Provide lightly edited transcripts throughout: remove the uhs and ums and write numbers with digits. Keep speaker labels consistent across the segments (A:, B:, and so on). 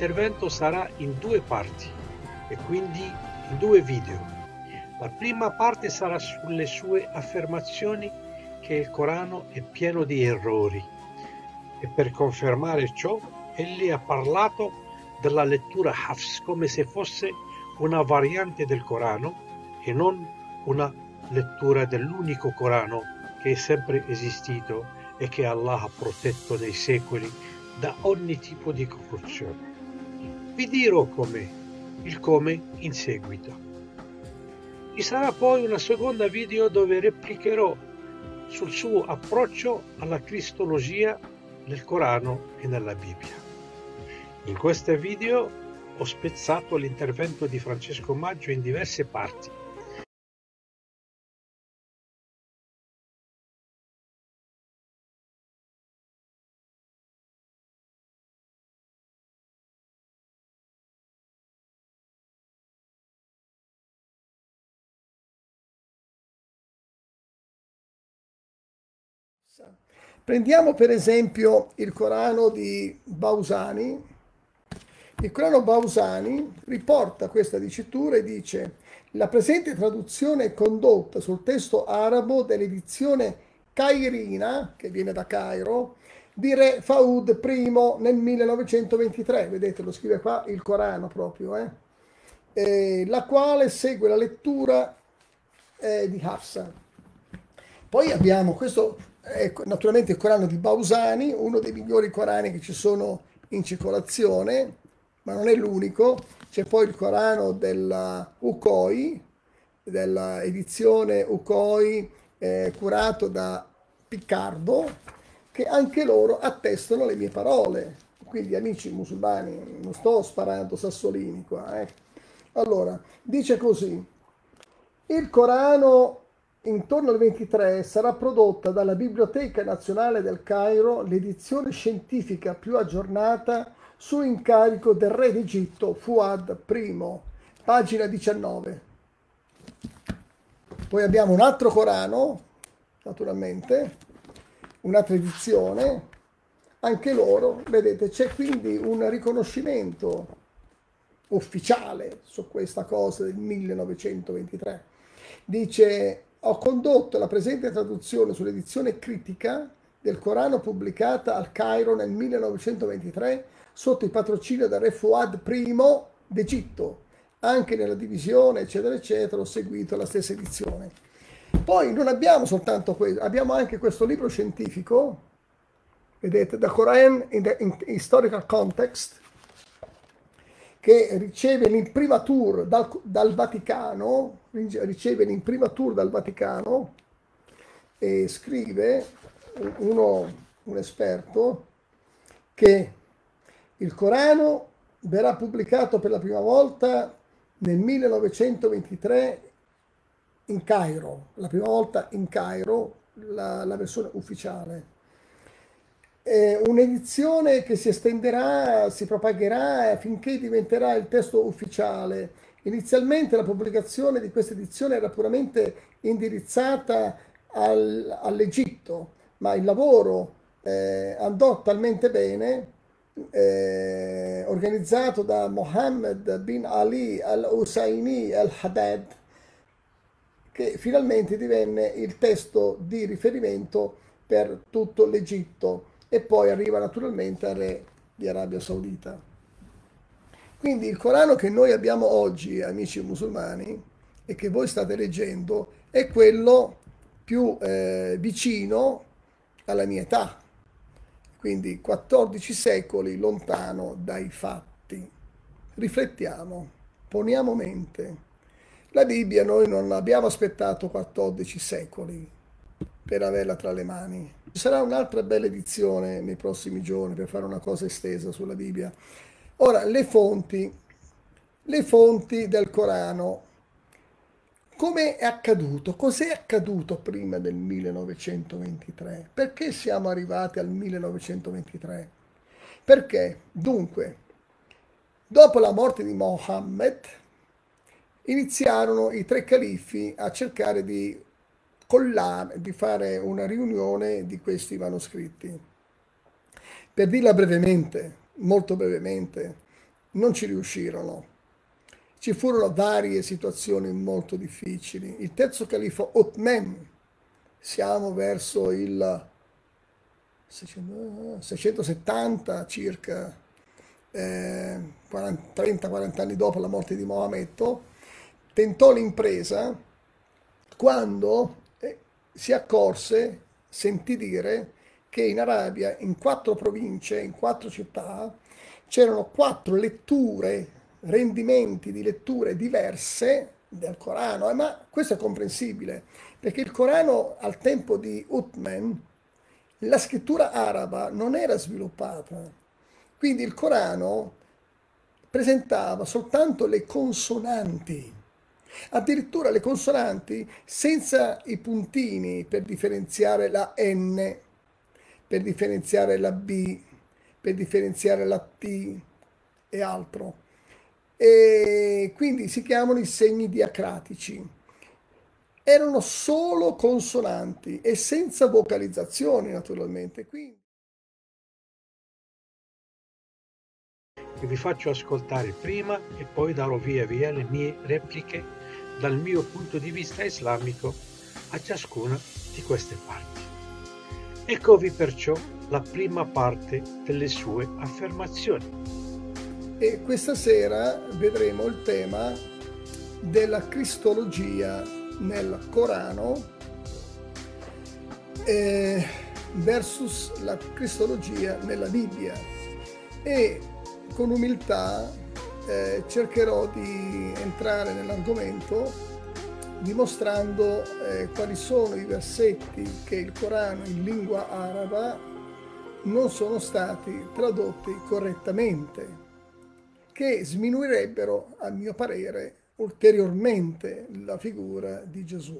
A: intervento sarà in due parti e quindi in due video. La prima parte sarà sulle sue affermazioni che il Corano è pieno di errori e per confermare ciò egli ha parlato della lettura Hafs come se fosse una variante del Corano e non una lettura dell'unico Corano che è sempre esistito e che Allah ha protetto nei secoli da ogni tipo di corruzione. Vi dirò il come in seguito. Ci sarà poi una seconda video dove replicherò sul suo approccio alla cristologia nel Corano e nella Bibbia. In questo video ho spezzato l'intervento di Francesco Maggio in diverse parti.
B: Prendiamo per esempio il Corano di Bausani. Il Corano Bausani riporta questa dicitura e dice: la presente traduzione è condotta sul testo arabo dell'edizione cairina, che viene da Cairo, di Re Faud I nel 1923. Vedete, lo scrive qua il Corano proprio, la quale segue la lettura di Hafsa. Poi abbiamo questo, naturalmente il Corano di Bausani, uno dei migliori Corani che ci sono in circolazione, ma non è l'unico. C'è poi il Corano della Ukoi, della edizione Ukoi, curato da Piccardo, che anche loro attestano le mie parole. Quindi, amici musulmani, non sto sparando sassolini qua. Allora, dice così: il Corano intorno al 23 sarà prodotta dalla Biblioteca Nazionale del Cairo l'edizione scientifica più aggiornata su incarico del re d'Egitto Fuad I, pagina 19. Poi abbiamo un altro Corano, naturalmente, un'altra edizione, anche loro, vedete, c'è quindi un riconoscimento ufficiale su questa cosa del 1923. Dice: ho condotto la presente traduzione sull'edizione critica del Corano pubblicata al Cairo nel 1923 sotto il patrocinio del re Fuad I d'Egitto. Anche nella divisione, eccetera, eccetera, ho seguito la stessa edizione. Poi non abbiamo soltanto questo, abbiamo anche questo libro scientifico, vedete, The Quran in the Historical Context, che riceve l'imprimatur dal Vaticano, e scrive un esperto che il Corano verrà pubblicato per la prima volta nel 1923 in Cairo, la prima volta in Cairo, la versione ufficiale. Un'edizione che si estenderà, si propagherà finché diventerà il testo ufficiale. Inizialmente la pubblicazione di questa edizione era puramente indirizzata all'Egitto, ma il lavoro andò talmente bene, organizzato da Mohammed bin Ali al-Husayni al-Haddad, che finalmente divenne il testo di riferimento per tutto l'Egitto e poi arriva naturalmente al re di Arabia Saudita. Quindi il Corano che noi abbiamo oggi, amici musulmani, e che voi state leggendo, è quello più vicino alla mia età, quindi 14 secoli lontano dai fatti. Riflettiamo, poniamo mente. La Bibbia noi non abbiamo aspettato 14 secoli per averla tra le mani. Ci sarà un'altra bella edizione nei prossimi giorni per fare una cosa estesa sulla Bibbia. Ora, le fonti del Corano. Come è accaduto? Cos'è accaduto prima del 1923? Perché siamo arrivati al 1923? Perché, dunque, dopo la morte di Mohammed, iniziarono i tre califfi a cercare di fare una riunione di questi manoscritti. Per dirla brevemente, molto brevemente, non ci riuscirono. Ci furono varie situazioni molto difficili. Il terzo califfo Othman, siamo verso il 670 circa, 30-40 anni dopo la morte di Maometto, tentò l'impresa quando si accorse, sentì dire, che in Arabia, in 4 province, in 4 città, c'erano 4 letture, rendimenti di letture diverse del Corano, ma questo è comprensibile, perché il Corano al tempo di Uthman, la scrittura araba non era sviluppata, quindi il Corano presentava soltanto le consonanti, addirittura le consonanti senza i puntini per differenziare la N, per differenziare la B, per differenziare la T e altro. E quindi si chiamano i segni diacritici. Erano solo consonanti e senza vocalizzazioni, naturalmente. Quindi
A: vi faccio ascoltare prima e poi darò via via le mie repliche dal mio punto di vista islamico a ciascuna di queste parti. Eccovi perciò la prima parte delle sue affermazioni.
B: E questa sera vedremo il tema della cristologia nel Corano versus la cristologia nella Bibbia, e con umiltà cercherò di entrare nell'argomento dimostrando quali sono i versetti che il Corano in lingua araba non sono stati tradotti correttamente, che sminuirebbero, a mio parere, ulteriormente la figura di Gesù.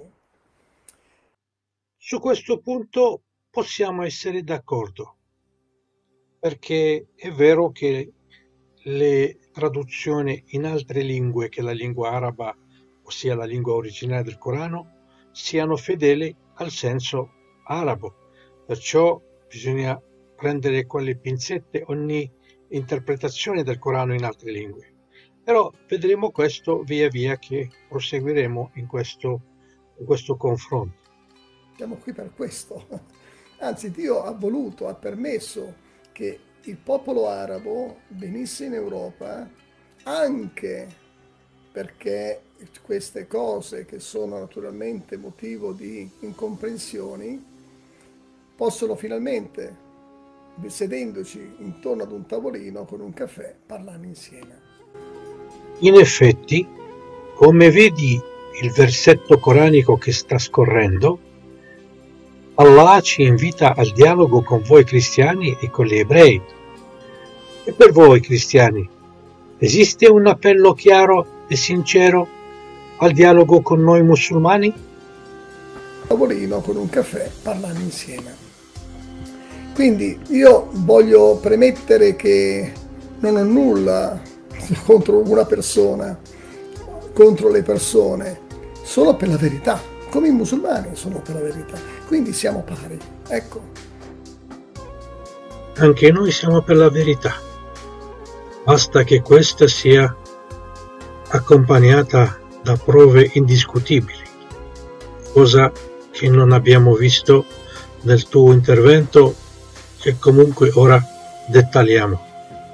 A: Su questo punto possiamo essere d'accordo, perché è vero che le traduzioni in altre lingue che la lingua araba, ossia la lingua originale del Corano, siano fedeli al senso arabo. Perciò bisogna prendere con le pinzette ogni interpretazione del Corano in altre lingue. Però vedremo questo via via che proseguiremo in questo confronto.
B: Siamo qui per questo. Anzi, Dio ha voluto, ha permesso che il popolo arabo venisse in Europa anche perché queste cose, che sono naturalmente motivo di incomprensioni, possono finalmente, sedendoci intorno ad un tavolino con un caffè, parlare insieme.
A: In effetti, come vedi il versetto coranico che sta scorrendo, Allah ci invita al dialogo con voi cristiani e con gli ebrei. E per voi cristiani, esiste un appello chiaro e sincero al dialogo con noi musulmani?
B: Tavolino con un caffè, parlare insieme. Quindi io voglio premettere che non ho nulla contro una persona, contro le persone, solo per la verità, come i musulmani sono per la verità, quindi siamo pari, ecco.
A: Anche noi siamo per la verità, basta che questa sia accompagnata da prove indiscutibili, cosa che non abbiamo visto nel tuo intervento e comunque ora dettagliamo.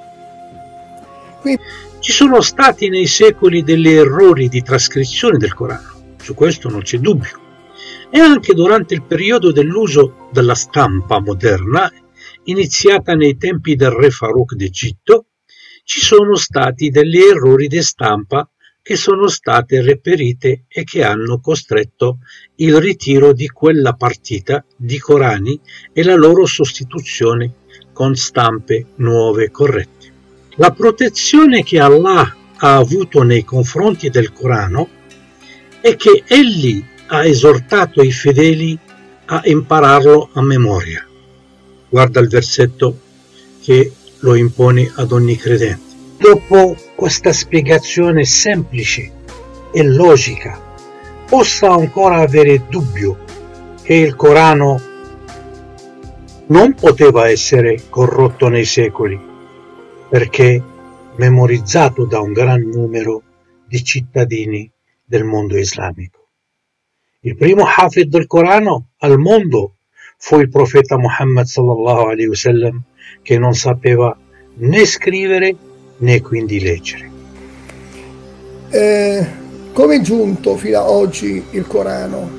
A: Ci sono stati nei secoli degli errori di trascrizione del Corano, su questo non c'è dubbio, e anche durante il periodo dell'uso della stampa moderna, iniziata nei tempi del re Farouk d'Egitto, ci sono stati degli errori di stampa che sono state reperite e che hanno costretto il ritiro di quella partita di Corani e la loro sostituzione con stampe nuove corrette. La protezione che Allah ha avuto nei confronti del Corano è che egli ha esortato i fedeli a impararlo a memoria. Guarda il versetto che lo impone ad ogni credente. Dopo questa spiegazione semplice e logica, possa ancora avere dubbio che il Corano non poteva essere corrotto nei secoli, perché memorizzato da un gran numero di cittadini del mondo islamico. Il primo Hafid del Corano al mondo fu il profeta Muhammad sallallahu alaihi wasallam, che non sapeva né scrivere né quindi leggere.
B: Come è giunto fino ad oggi il Corano?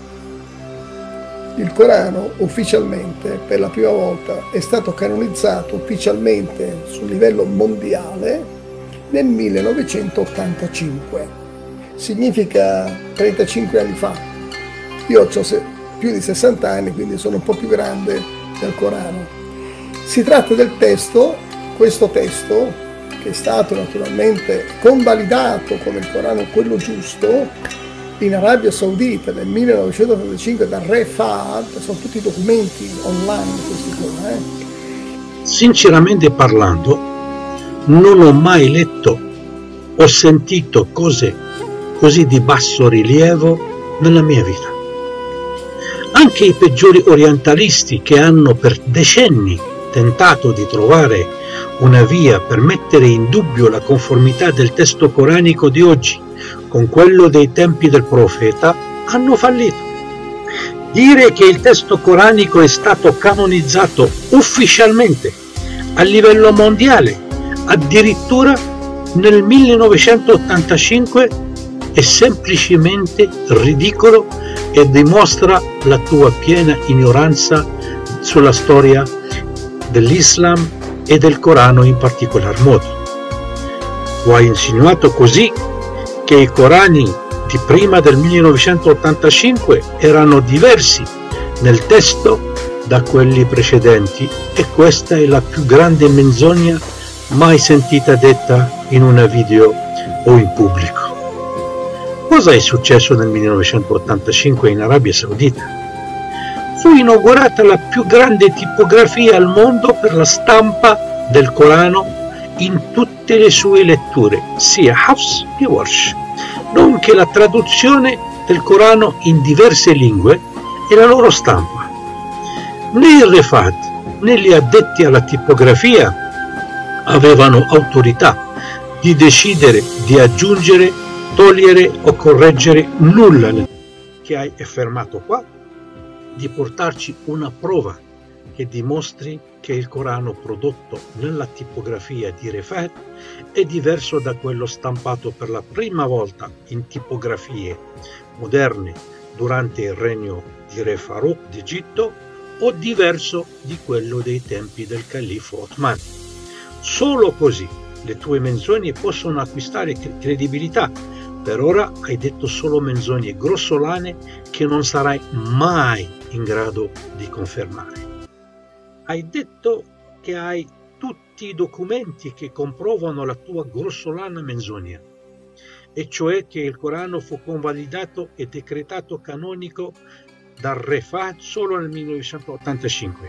B: Il Corano ufficialmente per la prima volta è stato canonizzato ufficialmente sul livello mondiale nel 1985, significa 35 anni fa. Io ho più di 60 anni, quindi sono un po' più grande del Corano. Si tratta del testo, questo testo, che è stato naturalmente convalidato come il Corano quello giusto in Arabia Saudita nel 1985 dal re Fahd. Sono tutti documenti online questi qua.
A: Sinceramente parlando, non ho mai letto o sentito cose così di basso rilievo nella mia vita. Anche i peggiori orientalisti, che hanno per decenni tentato di trovare una via per mettere in dubbio la conformità del testo coranico di oggi con quello dei tempi del profeta, hanno fallito. Dire che il testo coranico è stato canonizzato ufficialmente a livello mondiale addirittura nel 1985 è semplicemente ridicolo e dimostra la tua piena ignoranza sulla storia dell'Islam e del Corano in particolar modo. Tu hai insinuato così che i Corani di prima del 1985 erano diversi nel testo da quelli precedenti, e questa è la più grande menzogna mai sentita detta in una video o in pubblico. Cosa è successo nel 1985 in Arabia Saudita? Fu inaugurata la più grande tipografia al mondo per la stampa del Corano in tutte le sue letture, sia Hafs che Warsh, nonché la traduzione del Corano in diverse lingue e la loro stampa. Né il re Fahd né gli addetti alla tipografia avevano autorità di decidere di aggiungere, togliere o correggere nulla. Che hai affermato qua di portarci una prova che dimostri che il Corano prodotto nella tipografia di Re Fahd è diverso da quello stampato per la prima volta in tipografie moderne durante il regno di Re Farouk d'Egitto, o diverso di quello dei tempi del califfo Ottomano. Solo così le tue menzogne possono acquistare credibilità. Per ora hai detto solo menzogne grossolane che non sarai mai in grado di confermare. Hai detto che hai tutti i documenti che comprovano la tua grossolana menzogna, e cioè che il Corano fu convalidato e decretato canonico dal re Fahd solo nel 1985.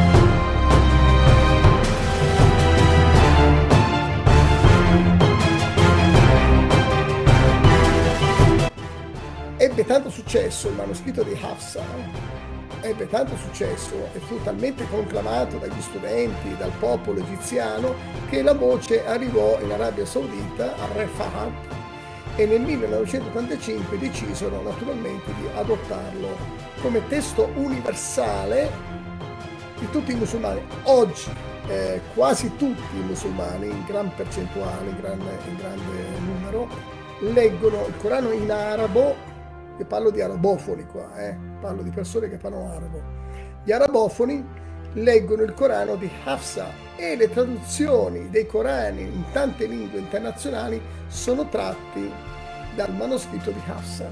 B: Ebbe tanto successo il manoscritto di Hafsa, ebbe tanto successo e fu talmente conclamato dagli studenti, dal popolo egiziano, che la voce arrivò in Arabia Saudita al re Fahd, e nel 1985 decisero naturalmente di adottarlo come testo universale di tutti i musulmani. Oggi quasi tutti i musulmani, in gran percentuale, in grande numero, leggono il Corano in arabo. E parlo di arabofoni qua, parlo di persone che parlano arabo. Gli arabofoni leggono il Corano di Hafsa, e le traduzioni dei Corani in tante lingue internazionali sono tratti dal manoscritto di Hafsa.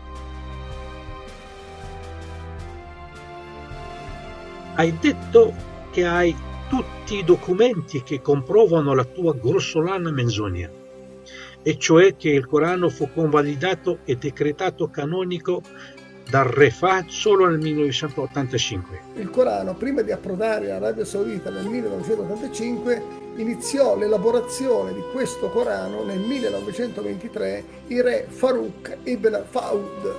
A: Hai detto che hai tutti i documenti che comprovano la tua grossolana menzogna, e cioè che il Corano fu convalidato e decretato canonico dal re Fahd solo nel 1985.
B: Il Corano, prima di approdare in Arabia Saudita nel 1985, iniziò l'elaborazione di questo Corano nel 1923 il re Farouk ibn Fahd,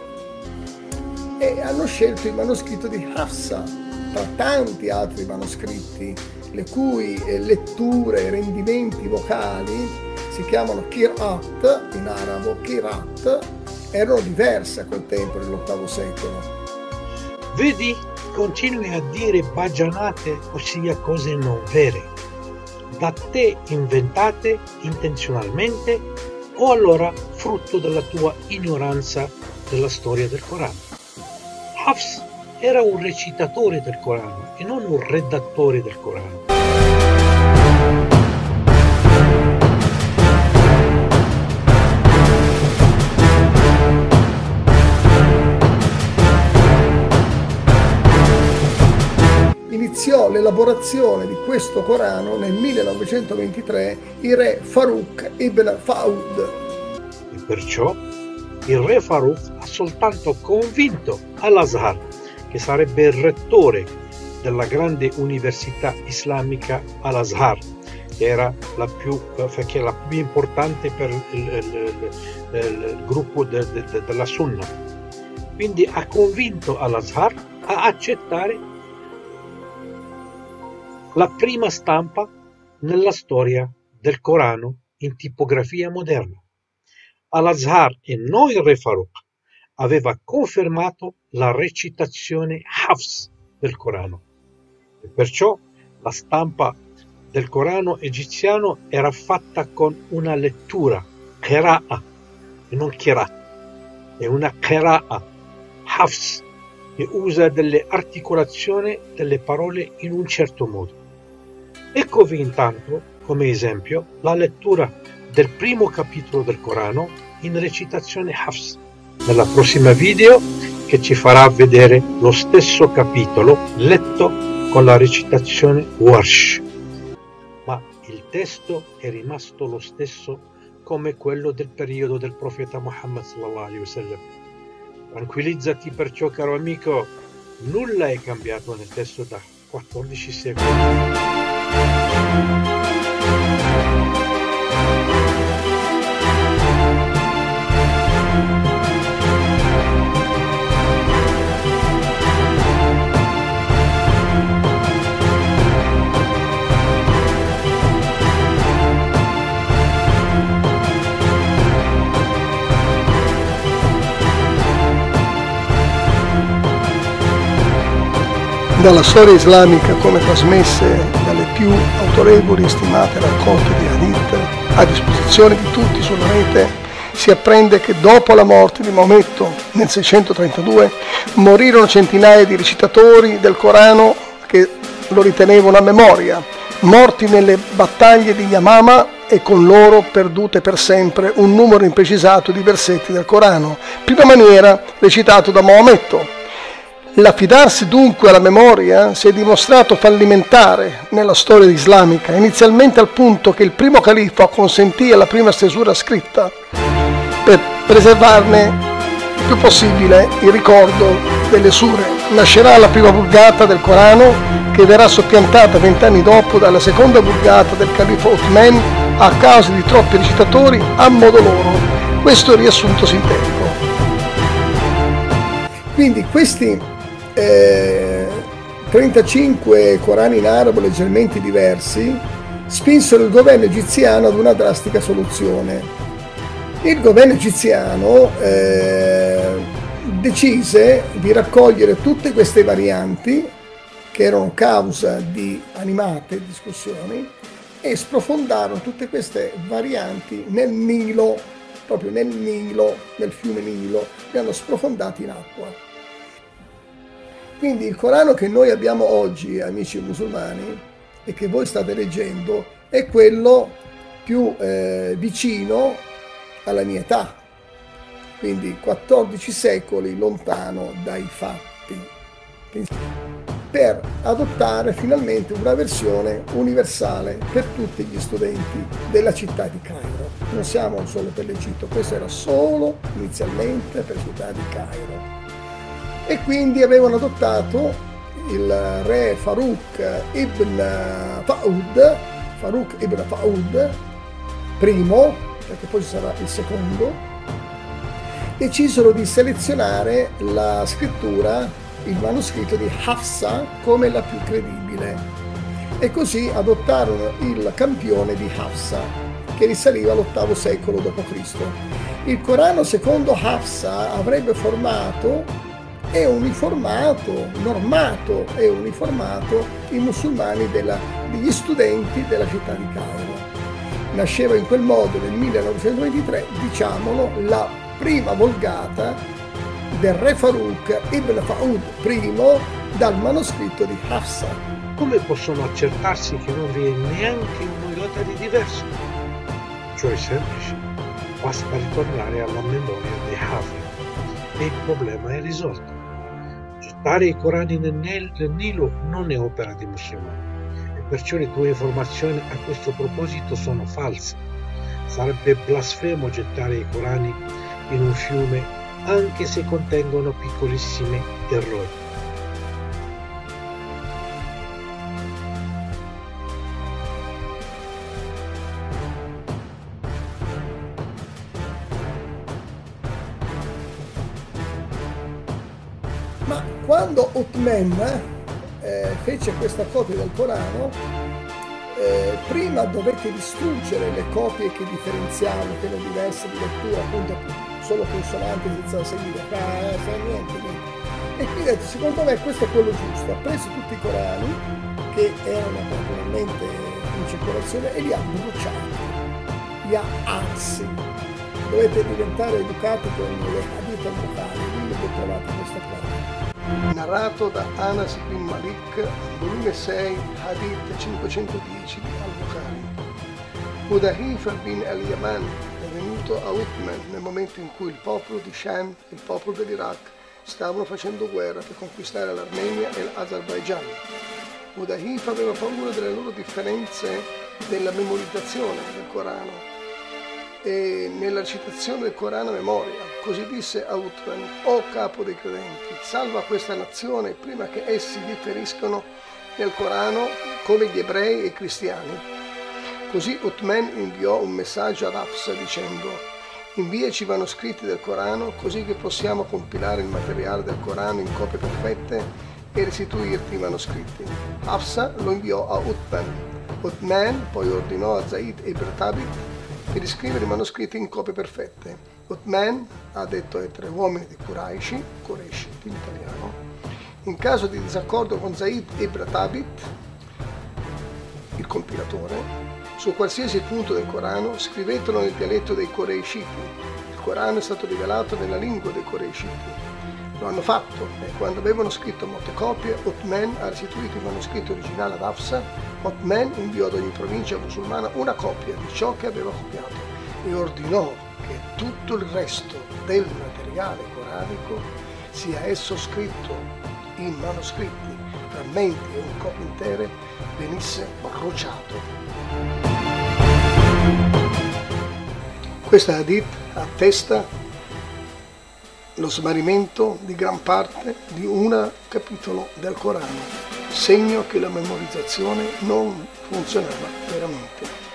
B: e hanno scelto il manoscritto di Hafsa tra tanti altri manoscritti le cui letture e rendimenti vocali si chiamano Qira'at, in arabo Qira'at, erano diverse a quel tempo, nell'VIII secolo.
A: Vedi, continui a dire baggianate, ossia cose non vere, da te inventate intenzionalmente o allora frutto della tua ignoranza della storia del Corano. Hafs era un recitatore del Corano e non un redattore del Corano.
B: Iniziò l'elaborazione di questo Corano nel 1923 il re Farouk ibn Fa'ud.
A: E perciò il re Farouk ha soltanto convinto Al-Azhar, che sarebbe il rettore della grande università islamica Al-Azhar, che era la più importante per il gruppo della Sunna. Quindi ha convinto Al-Azhar a accettare la prima stampa nella storia del Corano in tipografia moderna. Al-Azhar e non il re Farouk aveva confermato la recitazione Hafs del Corano e perciò la stampa del Corano egiziano era fatta con una lettura Qira'a e non Qira'at, è una Qira'a Hafs che usa delle articolazioni delle parole in un certo modo. Eccovi intanto, come esempio, la lettura del primo capitolo del Corano in recitazione Hafs, nella prossima video che ci farà vedere lo stesso capitolo letto con la recitazione Warsh. Ma il testo è rimasto lo stesso come quello del periodo del profeta Muhammad sallallahu alaihi wasallam. Tranquillizzati perciò, caro amico, nulla è cambiato nel testo da 14 secoli.
B: Dalla storia islamica come trasmesse dalle più autorevoli e stimate raccolte di hadith a disposizione di tutti sulla rete, si apprende che dopo la morte di Maometto nel 632 morirono centinaia di recitatori del Corano che lo ritenevano a memoria, morti nelle battaglie di Yamama e con loro perdute per sempre un numero imprecisato di versetti del Corano, prima maniera recitato da Maometto. L'affidarsi dunque alla memoria si è dimostrato fallimentare nella storia islamica, inizialmente al punto che il primo califfo acconsentì alla prima stesura scritta per preservarne il più possibile il ricordo delle sure. Nascerà la prima vulgata del Corano che verrà soppiantata 20 anni dopo dalla seconda vulgata del califfo Uthman a causa di troppi recitatori a modo loro. Questo è il riassunto sintetico. Quindi questi 35 Corani in arabo leggermente diversi spinsero il governo egiziano ad una drastica soluzione. Il governo egiziano decise di raccogliere tutte queste varianti che erano causa di animate discussioni e sprofondarono tutte queste varianti nel Nilo, proprio nel Nilo, nel fiume Nilo, li hanno sprofondati in acqua. Quindi il Corano che noi abbiamo oggi, amici musulmani, e che voi state leggendo, è quello più vicino alla mia età, quindi 14 secoli lontano dai fatti, per adottare finalmente una versione universale per tutti gli studenti della città di Cairo. Non siamo solo per l'Egitto, questo era solo inizialmente per la città di Cairo. E quindi avevano adottato il re Farouk ibn Fa'ud, primo, perché poi ci sarà il secondo, decisero di selezionare la scrittura, il manoscritto di Hafsa come la più credibile. e così adottarono il campione di Hafsa, che risaliva all'VIII secolo d.C. Il Corano, secondo Hafsa, avrebbe formato e normato e uniformato i musulmani degli studenti della città di Cairo. Nasceva in quel modo nel 1923, diciamolo, la prima Vulgata del re Farouk ibn Fahd I dal manoscritto di Hafsa.
A: Come possono accertarsi che non vi è neanche un iota di diverso? Cioè semplice, basta ritornare alla memoria di Hafid e il problema è risolto. Gettare i Corani nel Nilo non è opera di musulmani e perciò le tue informazioni a questo proposito sono false. Sarebbe blasfemo gettare i Corani in un fiume anche se contengono piccolissimi errori.
B: Ma quando Uthman fece questa copia del Corano, prima dovette distruggere le copie che differenziavano, che erano diverse di lettura, appunto solo consonanti senza seguire, niente. E quindi ha detto, secondo me questo è quello giusto. Ha preso tutti i Corani che erano naturalmente in circolazione e li ha bruciati, li ha arsi. Dovete diventare educati con le hadith al-Bukhari, lì lo trovate questa cosa. Narrato da Anas bin Malik, volume 6, hadith 510 di al-Bukhari. Hudayfa bin al-Yaman è venuto a Uthman nel momento in cui il popolo di Sham e il popolo dell'Iraq stavano facendo guerra per conquistare l'Armenia e l'Azerbaigian. Hudayfa aveva paura delle loro differenze nella memorizzazione del Corano e nella recitazione del Corano a memoria. Così disse a Uthman: o capo dei credenti, salva questa nazione prima che essi differiscano nel Corano come gli ebrei e i cristiani. Così Uthman inviò un messaggio ad Hafsa dicendo: inviaci i manoscritti del Corano così che possiamo compilare il materiale del Corano in copie perfette e restituirti i manoscritti. Hafsa lo inviò a Uthman. Uthman poi ordinò a Zaid ibn Thabit di riscrivere i manoscritti in copie perfette. Uthman ha detto ai 3 uomini di Quraish in italiano: in caso di disaccordo con Zaid ibn Thabit, il compilatore, su qualsiasi punto del Corano, scrivetelo nel dialetto dei Quraishiti. Il Corano è stato rivelato nella lingua dei Quraishiti. Lo hanno fatto e quando avevano scritto molte copie, Uthman ha restituito il manoscritto originale ad Hafsa. Uthman inviò ad ogni provincia musulmana una copia di ciò che aveva copiato e ordinò che tutto il resto del materiale coranico, sia esso scritto in manoscritti, frammenti o in copie intere, venisse bruciato. Questa hadith attesta lo smarrimento di gran parte di un capitolo del Corano, segno che la memorizzazione non funzionava veramente.